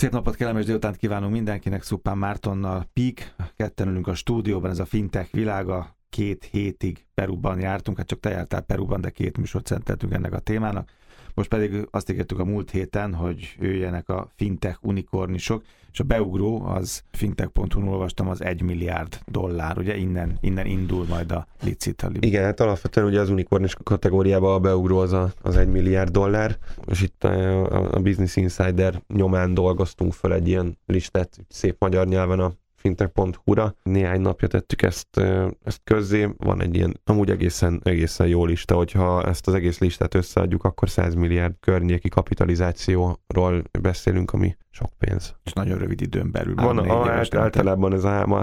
Szép napot, kellemes délutánt kívánunk mindenkinek, Szupán Mártonnal, Peak, ketten ülünk a stúdióban, ez a fintech világa, 2 hétig Peruban jártunk, hát csak te jártál Peruban, de 2 műsort szenteltünk ennek a témának. Most pedig azt ígértük a múlt héten, hogy jöjjenek a fintech unikornisok, és a beugró, az fintech.hu-n olvastam, az $1 milliárd, ugye innen indul majd a licit. Igen, hát alapvetően ugye az unikornis kategóriában a beugró az $1 milliárd, és itt a Business Insider nyomán dolgoztunk fel egy ilyen listát, szép magyar nyelven a fintech.hu-ra. Néhány napja tettük ezt közzé. Van egy ilyen amúgy egészen jó lista, hogyha ezt az egész listát összeadjuk, akkor 100 milliárd környéki kapitalizációról beszélünk, ami sok pénz. És nagyon rövid időn belül. Általában ez a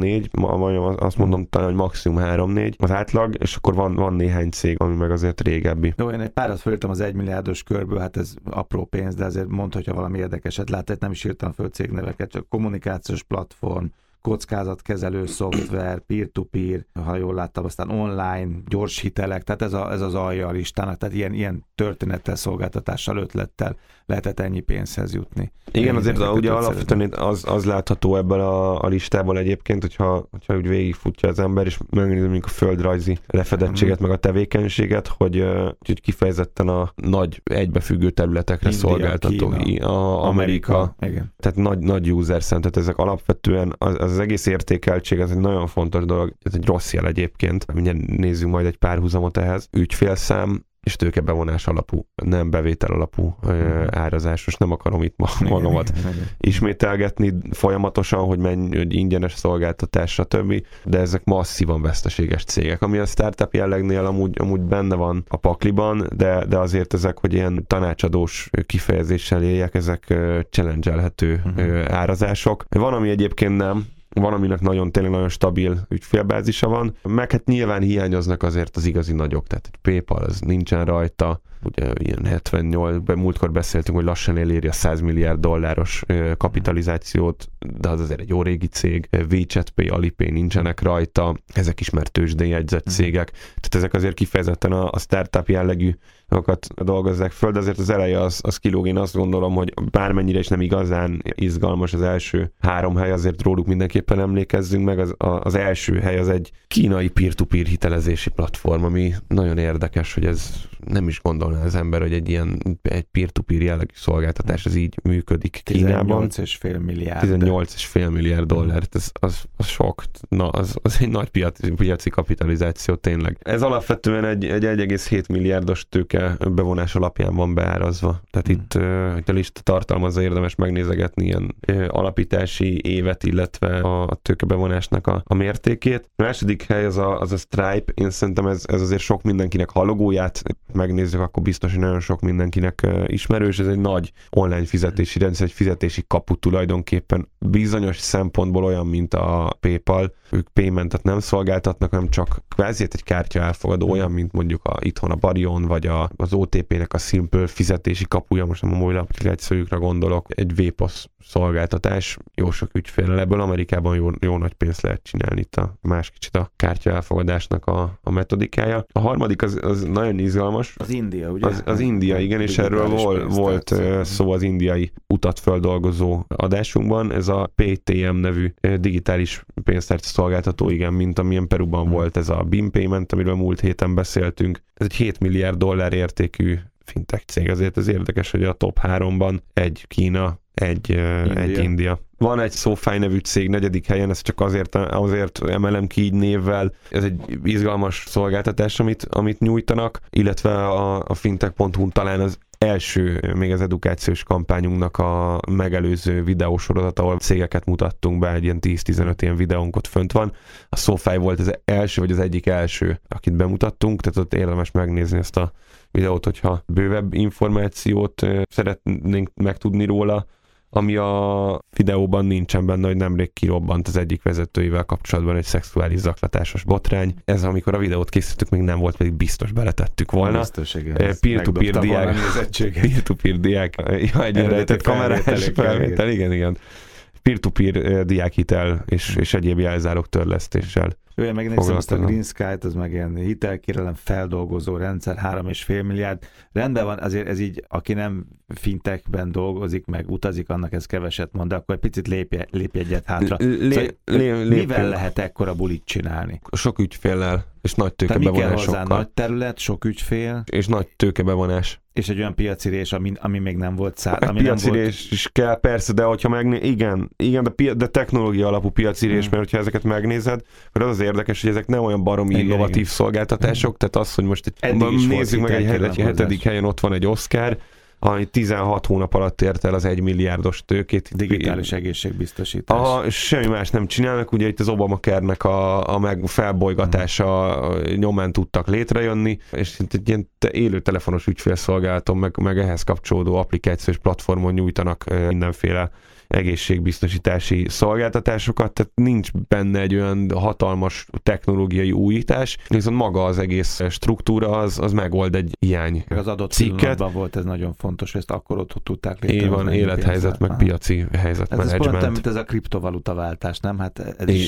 3-4, azt mondom talán, hogy maximum 3-4 az átlag, és akkor van néhány cég, ami meg azért régebbi. Jó, én egy párat fölírtam az 1 milliárdos körből, hát ez apró pénz, de azért mondd, hogyha valami érdekeset lát, nem is írtam föl cégneveket, csak kommunikációs platform, kockázatkezelő szoftver, peer-to-peer, ha jól láttam, aztán online, gyors hitelek, tehát ez az alja a listának, tehát ilyen történettel, szolgáltatással, ötlettel lehetett ennyi pénzhez jutni. Igen, azért ugye alapvetően az látható ebből a listában egyébként, hogyha úgy végigfutja az ember, és megnézünk a földrajzi lefedettséget, meg a tevékenységet, hogy kifejezetten a nagy egybefüggő területekre India, szolgáltató. Kína, Amerika. Igen. Tehát nagy user szám, tehát ezek alapvetően az egész értékeltség, ez egy nagyon fontos dolog, ez egy rossz jel egyébként, mindjárt nézzünk majd egy párhuzamot ehhez. Ügyfélszám és tőkebevonás alapú, nem bevétel alapú árazás. Most nem akarom itt magamat ismételgetni folyamatosan, hogy ingyenes szolgáltatás, stb. De ezek masszívan veszteséges cégek, ami a startup jellegnél amúgy benne van a pakliban, de azért ezek, hogy ilyen tanácsadós kifejezéssel éljek, ezek challenge-elhető árazások. Van, ami egyébként nem, van, aminek tényleg nagyon stabil ügyfélbázisa van, meg hát nyilván hiányoznak azért az igazi nagyok, tehát egy PayPal az nincsen rajta, ugye ilyen 78, múltkor beszéltünk, hogy lassan eléri a $100 milliárd kapitalizációt, de az azért egy jó régi cég, WeChat Pay, Alipay nincsenek rajta, ezek ismert tőzsdén jegyzett cégek, tehát ezek azért kifejezetten a startup jellegű dolgozzák föl, de azért az eleje az kilóg. Én azt gondolom, hogy bármennyire is nem igazán izgalmas az első 3 hely, azért róluk mindenképpen emlékezzünk meg. Az első hely az egy kínai peer-to-peer hitelezési platform, ami nagyon érdekes, hogy ez nem is gondolná az ember, hogy egy peer-to-peer jellegű szolgáltatás az így működik Kínában. 18,5 milliárd. $18,5 milliárd. Az sok. Na, az egy nagy piaci kapitalizáció tényleg. Ez alapvetően egy 1,7 milliárdos tőke bevonás alapján van beárazva. Tehát itt a lista tartalmazza, érdemes megnézegetni ilyen alapítási évet, illetve a tőkebevonásnak a mértékét. A második hely az a Stripe. Én szerintem ez azért sok mindenkinek, ha a logóját megnézzük, akkor biztos, hogy nagyon sok mindenkinek ismerős. Ez egy nagy online fizetési rendszer, egy fizetési kapu tulajdonképpen, bizonyos szempontból olyan, mint a PayPal. Ők paymentet nem szolgáltatnak, hanem csak kvázi egy kártya elfogadó, olyan, mint mondjuk itthon a Barion, vagy az OTP-nek a Simple fizetési kapuja, most nem a mobil applikációjukra gondolok, egy VPOS szolgáltatás, jó sok ügyféllel, ebből Amerikában jó nagy pénzt lehet csinálni, itt más kicsit a kártya elfogadásnak a metodikája. A harmadik az nagyon izgalmas. Az India, ugye? Az India, igen, és erről volt szó az indiai utat földolgozó adásunkban. Ez a Paytm nevű digitális pénztárca szolgáltató, igen, mint amilyen Peruban volt ez a BIM Payment, amiről múlt héten beszéltünk. Ez egy $7 milliárd értékű fintech cég. Azért ez érdekes, hogy a top 3-ban egy Kína, egy India. Van egy SoFi nevű cég 4. helyen, ezt csak azért emelem ki így névvel. Ez egy izgalmas szolgáltatás, amit nyújtanak, illetve a fintech.hu talán az első, még az edukációs kampányunknak a megelőző videósorozat, ahol cégeket mutattunk be, egy ilyen 10-15 ilyen videónk ott fönt van. A SoFi volt az első, vagy az egyik első, akit bemutattunk, tehát ott érdemes megnézni ezt a videót, hogyha bővebb információt szeretnénk megtudni róla. Ami a videóban nincsen benne, hogy nemrég kirobbant az egyik vezetőivel kapcsolatban egy szexuális zaklatásos botrány. Ez, amikor a videót készítettük, még nem volt, pedig biztos beletettük volna. Biztos, igen. Peer-to-peer diák. Ja, egy rejtett kamerás felvétel. Igen. Peer-to-peer diákhitel és egyéb jelzálog törlesztéssel. Ő, megnéztem ezt a Green Sky-t, az meg ilyen hitelkérelem feldolgozó rendszer, 3,5 milliárd. Rendben van, azért ez így, aki nem fintechben dolgozik, meg utazik, annak ez keveset mond, de akkor egy picit lépj egyet hátra. Mivel lehet ekkora bulit csinálni? Sok ügyféllel, és nagy tőkebevonásokkal. Mi kell hozzá? Nagy terület, sok ügyfél. És nagy tőkebevonás. És egy olyan piacirés, ami még nem volt piacirés is kell, persze, de hogyha igen, de technológia alapú piacirés, mert hogyha ezeket megnézed, akkor az érdekes, hogy ezek nem olyan baromi innovatív szolgáltatások, tehát az, hogy most nézzük meg egy hetedik helyen ott van egy Oscar, ami 16 hónap alatt ért el az 1 milliárdos tőkét. Digitális egészségbiztosítás. Semmi más nem csinálnak, ugye itt az Obamacare-nek a felbolygatása nyomán tudtak létrejönni, és egy ilyen élő telefonos ügyfélszolgálaton, meg ehhez kapcsolódó applikációs platformon nyújtanak mindenféle egészségbiztosítási szolgáltatásokat, tehát nincs benne egy olyan hatalmas technológiai újítás, viszont maga az egész struktúra az megold egy hiány az adott cikket. Pillanatban volt ez nagyon fontos, hogy ezt akkor ott tudták létrehozni. Így van, élethelyzet, meg piaci helyzetmenedzsment. Ez pont, mint ez a kriptovaluta váltás, nem? Hát ez is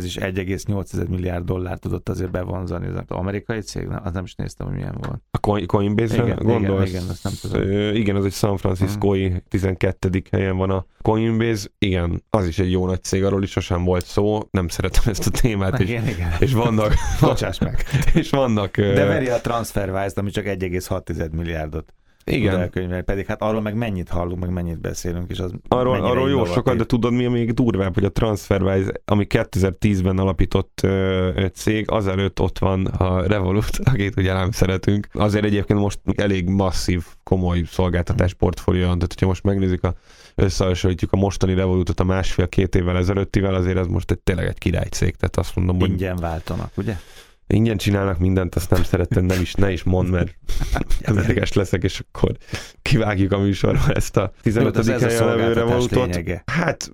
1,8 milliárd dollárt tudott azért bevonzani. Az amerikai cég, nem? Az nem is néztem, hogy milyen volt. A Coinbase-re gondolsz? Igen, azt nem tudom. Igen, az egy San Franciscói 12. helyen van a Coinbase, igen, az is egy jó nagy cég, arról is sosem volt szó, nem szeretem ezt a témát, igen. És vannak... Bocsáss meg. És vannak... De veri a TransferWise-t, ami csak 1,6 milliárdot. Igen. Pedig hát arról meg mennyit hallunk, meg mennyit beszélünk, és az arról jó sokat, de tudod mi a még durvább, hogy a TransferWise, ami 2010-ben alapított cég, azelőtt ott van a Revolut, akit ugye nem szeretünk. Azért egyébként most elég masszív, komoly szolgáltatás portfólió, tehát hogyha most megnézzük összehasonlítjuk a mostani Revolutot a 1,5-2 évvel ezelőttivel, azért ez most tényleg egy királycég, tehát azt mondom, hogy... Ingyen váltanak, ugye? Ingyen csinálnak mindent, azt nem szerettem, ne is mondd, mert ideges leszek, és akkor kivágjuk a műsorba ezt a 15. helyen levő Revolutot. Hát...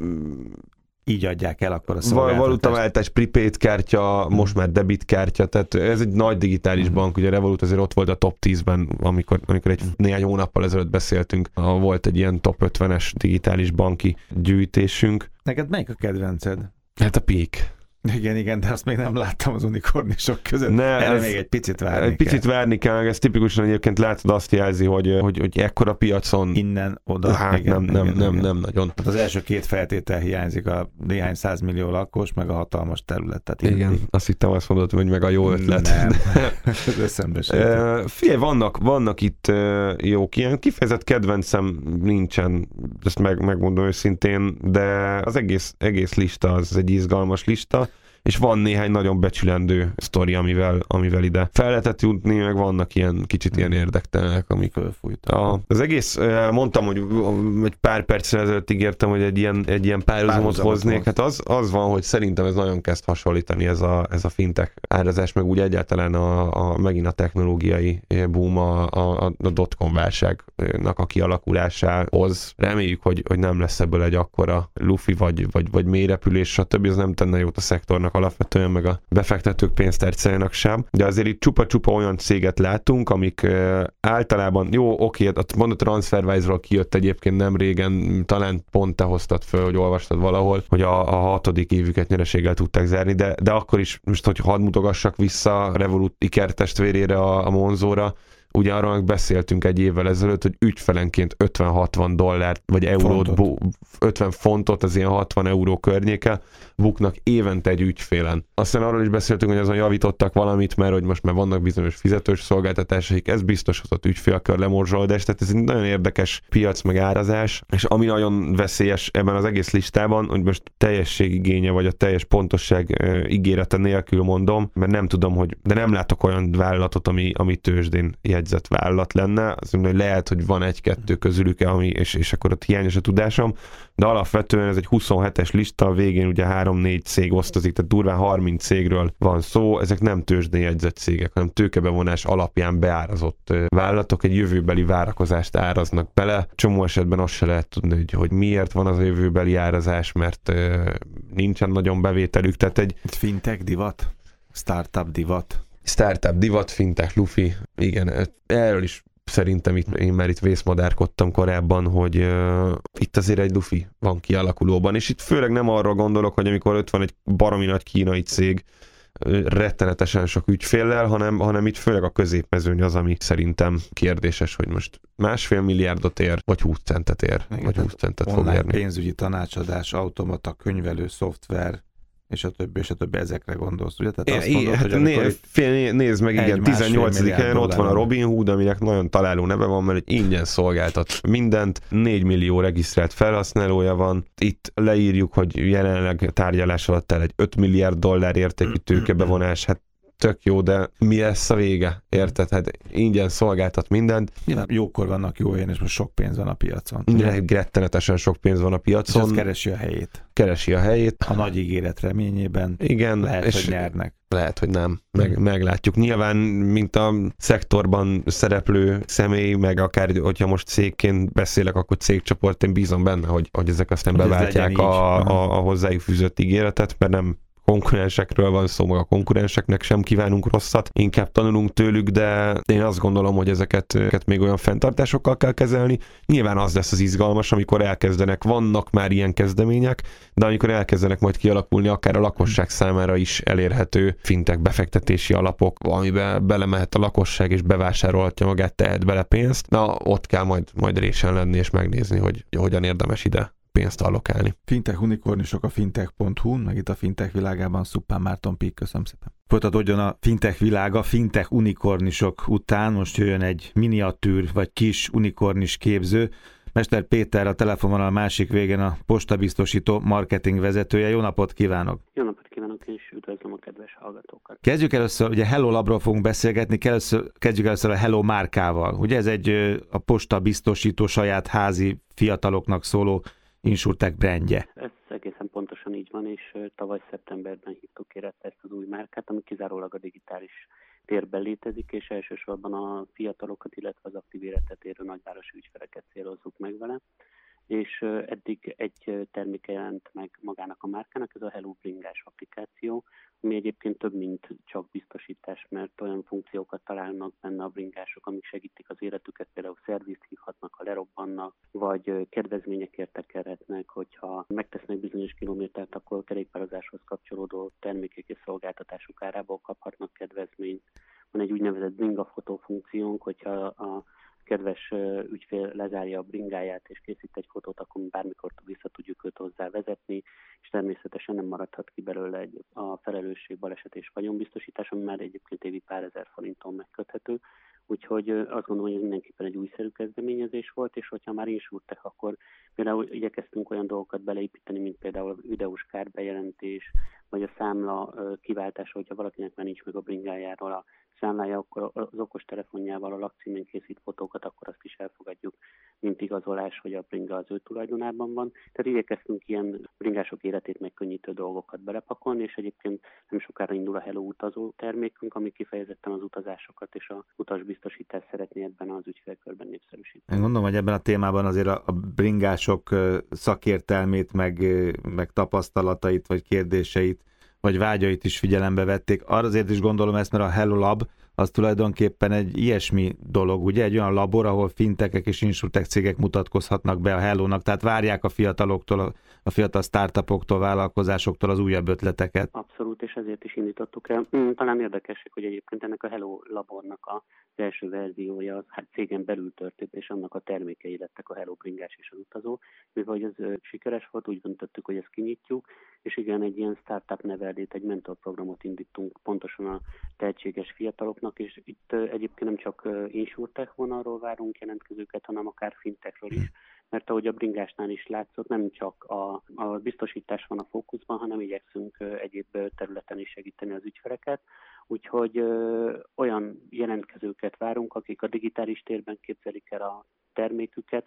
Így adják el akkor a szolgáltatást. Valutaváltás, prepaid kártya, most már debit kártya, tehát ez egy nagy digitális bank, ugye Revolut azért ott volt a top 10-ben, amikor egy néhány hónappal ezelőtt beszéltünk, volt egy ilyen top 50-es digitális banki gyűjtésünk. Neked melyik a kedvenced? Hát a Peak. Igen, de azt még nem láttam az unikornisok között. Erre még egy picit várni kell. Egy picit várni kell, ez tipikusan egyébként látod azt jelzi, hogy ekkora piacon... Innen, oda. Hát igen, nem nagyon. Hát az első két feltétel hiányzik, a néhány 100 millió lakos, meg a hatalmas terület. Igen, azt hittem azt mondod, hogy meg a jó ötlet. Nem, ez eszembe sem. Figyelj, vannak itt jók, ilyen kifejezett kedvencem nincsen, ezt megmondom őszintén, de az egész lista az egy izgalmas lista, és van néhány nagyon becsülendő sztori, amivel ide fel lehetett jutni, meg vannak kicsit ilyen érdektelenek, amik fölfújtak. Az egész, mondtam, hogy egy pár perccel ezelőtt ígértem, hogy egy ilyen párhuzamot hoznék. Hát az van, hogy szerintem ez nagyon kezd hasonlítani ez a fintech árazás, meg úgy egyáltalán megint a technológiai boom a dotcom válságnak a kialakulásához. Reméljük, hogy nem lesz ebből egy akkora lufi, vagy mélyrepülés, stb. Ez nem tenne jót a szektornak alapvetően, meg a befektetők pénztárcájának sem. De azért itt csupa-csupa olyan céget látunk, amik általában, mondod a TransferWise-ról kijött egyébként nem régen, talán pont te hoztad föl, hogy olvastad valahol, hogy a 6. évüket nyereséggel tudták zárni, de akkor is, most hogy hadd mutogassak vissza Revolut ikertestvérére, a Monzóra, ugye arról meg beszéltünk egy évvel ezelőtt, hogy ügyfelenként $50-60 vagy eurót, 50 fontot, az ilyen 60 euró környéke buknak évente egy ügyfélen. Aztán arról is beszéltünk, hogy azon javítottak valamit, mert hogy most már vannak bizonyos fizetős szolgáltatásaik, ez biztos hozott ügyfélkör lemorzsolódást, tehát ez egy nagyon érdekes piac meg árazás, és ami nagyon veszélyes ebben az egész listában, hogy most teljességigénye vagy a teljes pontosság ígérete nélkül mondom, mert nem tudom, de nem látok olyan vállalatot, ami tőzsdén jegyzett vállalat lenne, azt mondom, hogy lehet, hogy van egy-kettő közülük, és akkor ott hiányos a tudásom, de alapvetően ez egy 27-es lista, a végén ugye 3-4 cég osztozik, tehát durván 30 cégről van szó, ezek nem tőzsdén jegyzett cégek, hanem tőkebevonás alapján beárazott vállalatok, egy jövőbeli várakozást áraznak bele. Csomó esetben azt se lehet tudni, hogy miért van az a jövőbeli árazás, mert nincsen nagyon bevételük, tehát egy... Fintech divat? Startup divat, fintech, lufi, igen, erről is szerintem én már itt vészmadárkodtam korábban, hogy itt azért egy lufi van kialakulóban, és itt főleg nem arra gondolok, hogy amikor ott van egy baromi nagy kínai cég, rettenetesen sok ügyféllel, hanem itt főleg a középmezőny az, ami szerintem kérdéses, hogy most 1,5 milliárdot ér, vagy 20 centet ér, igen, vagy 20 centet fog online érni. pénzügyi tanácsadás, automata, könyvelő, szoftver, és a többi, ezekre gondolsz, ugye? Tehát azt mondod, hogy nézd meg, igen, 18. helyen ott van a Robinhood, aminek nagyon találó neve van, mert egy ingyen szolgáltat mindent, 4 millió regisztrált felhasználója van, itt leírjuk, hogy jelenleg tárgyalás alatt el egy 5 milliárd dollár értékű tőkebevonás, hát tök jó, de mi lesz a vége? Érted? Hát ingyen szolgáltat mindent. Ja, jókor vannak jó helyen, és most sok pénz van a piacon. Rettenetesen sok pénz van a piacon. És ez keresi a helyét. Keresi a helyét. A nagy ígéret reményében. Igen. Lehet, hogy nyernek. Lehet, hogy nem. Meglátjuk. Nyilván, mint a szektorban szereplő személy, meg akár, hogyha most cégként beszélek, akkor cégcsoport, én bízom benne, hogy ezek aztán beváltják a hozzájuk fűzött ígéretet, mert nem konkurensekről van szó, meg a konkurenseknek sem kívánunk rosszat, inkább tanulunk tőlük, de én azt gondolom, hogy ezeket még olyan fenntartásokkal kell kezelni. Nyilván az lesz az izgalmas, amikor elkezdenek, vannak már ilyen kezdemények, de amikor elkezdenek majd kialakulni akár a lakosság számára is elérhető fintech befektetési alapok, amiben belemehet a lakosság és bevásárolhatja magát, tehet bele pénzt, na ott kell majd résen lenni és megnézni, hogy hogyan érdemes ide pénzt allokálni. Fintech unikornisok a fintech.hu, meg itt a fintech világában Szuppán Márton Pík, köszönöm szépen. Folytatódjon a fintech világa, fintech unikornisok után most jöjjön egy miniatűr vagy kis unikornis képző. Mester Péter a telefonvonal másik végén a postabiztosító marketing vezetője. Jó napot kívánok! Jó napot kívánok, és üdvözlöm a kedves hallgatókat! Kezdjük először, ugye Hello Labról fogunk beszélgetni, kezdjük először a Hello márkával. Ugye ez egy a postabiztosító saját házi fiataloknak szóló InsurTech brandje. Ez egészen pontosan így van, és tavaly szeptemberben hívtuk életre ezt az új márkát, ami kizárólag a digitális térben létezik, és elsősorban a fiatalokat, illetve az aktív életet érő nagyvárosi ügyfeleket célozzuk meg vele. És eddig egy terméke jelent meg magának a márkának, ez a Hello bringás applikáció, ami egyébként több, mint csak biztosítás, mert olyan funkciókat találnak benne a bringások, amik segítik az életüket, például szervizt hívhatnak, ha lerobbannak, vagy kedvezményekért tekerhetnek, hogyha megtesznek bizonyos kilométert, akkor kerékpározáshoz kapcsolódó termékek és szolgáltatások árából kaphatnak kedvezményt. Van egy úgynevezett bringafotó funkciónk, hogyha a kedves ügyfél lezárja a bringáját és készít egy fotót, akkor bármikor vissza tudjuk őt hozzá vezetni, és természetesen nem maradhat ki belőle a felelősség, baleset és vagyonbiztosítás, ami már egyébként évi pár ezer forinton megköthető. Úgyhogy azt gondolom, hogy ez mindenképpen egy újszerű kezdeményezés volt, és hogyha már InsurTech, akkor például igyekeztünk olyan dolgokat beleépíteni, mint például a videós kárbejelentés, vagy a számla kiváltása, hogyha valakinek már nincs meg a bringájáról a számlája, akkor az okos telefonjával a lakcímen készít fotókat, akkor azt is elfogadjuk, mint igazolás, hogy a bringa az ő tulajdonában van. Tehát igyekeztünk ilyen bringások életét megkönnyítő dolgokat belepakolni, és egyébként nem sokára indul a Hello utazó termékünk, ami kifejezetten az utazásokat és a utasbiztosítást szeretné ebben az ügyfélkörben népszerűsíteni. Én gondolom, hogy ebben a témában azért a bringások szakértelmét, meg tapasztalatait, vagy kérdéseit, vagy vágyait is figyelembe vették. Arra azért is gondolom ezt, mert a Hello Lab az tulajdonképpen egy ilyesmi dolog, ugye? Egy olyan labor, ahol fintechek és insurtech cégek mutatkozhatnak be a Hello-nak, tehát várják a fiataloktól, a fiatal startupoktól, vállalkozásoktól az újabb ötleteket. Abszolút, és ezért is indítottuk el. Talán érdekesség, hogy egyébként ennek a Hello labornak az első verziója az cégen belül történt, és annak a termékei lettek a Hello bringás és az utazó. Mivel ez sikeres volt, úgy döntöttük, hogy ezt kinyitjuk, és igen, egy ilyen startup neveldét, egy mentorprogramot indítunk pontosan a tehetséges fiataloknak, és itt egyébként nem csak InsurTech vonalról várunk jelentkezőket, hanem akár fintechről is, mert ahogy a bringásnál is látszott, nem csak a biztosítás van a fókuszban, hanem igyekszünk egyéb területen is segíteni az ügyfeleket. Úgyhogy olyan jelentkezőket várunk, akik a digitális térben képzelik el a terméküket,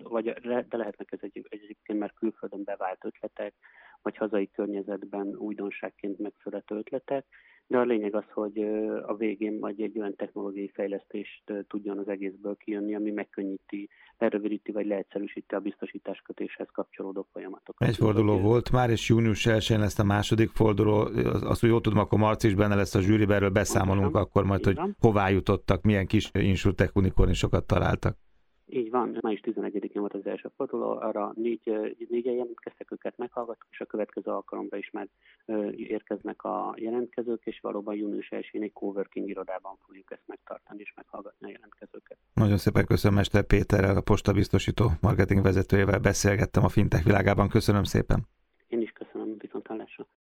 de lehetnek ez egyébként már külföldön bevált ötletek, vagy hazai környezetben újdonságként megszülető ötletek, de a lényeg az, hogy a végén majd egy olyan technológiai fejlesztést tudjon az egészből kijönni, ami megkönnyíti, lerövidíti vagy leegyszerűsíti a biztosításkötéshez kapcsolódó folyamatokat. Egy forduló volt már, és június 1-én lesz a második forduló. Azt, hogy jól tudom, akkor Marci is benne lesz a zsűriben, erről beszámolunk akkor majd, hogy hová jutottak, milyen kis InsurTech unikornisokat találtak. Így van, május 11-én volt az első forduló, arra négyen jelentkeztek, fogják őket meghallgatni, és a következő alkalomra is már érkeznek a jelentkezők, és valóban június 1-én egy coworking irodában fogjuk ezt megtartani és meghallgatni a jelentkezőket. Nagyon szépen köszönöm, Mester Péterrel, a postabiztosító marketing vezetőjével beszélgettem a fintech világában. Köszönöm szépen. Én is köszönöm, viszonthallásra.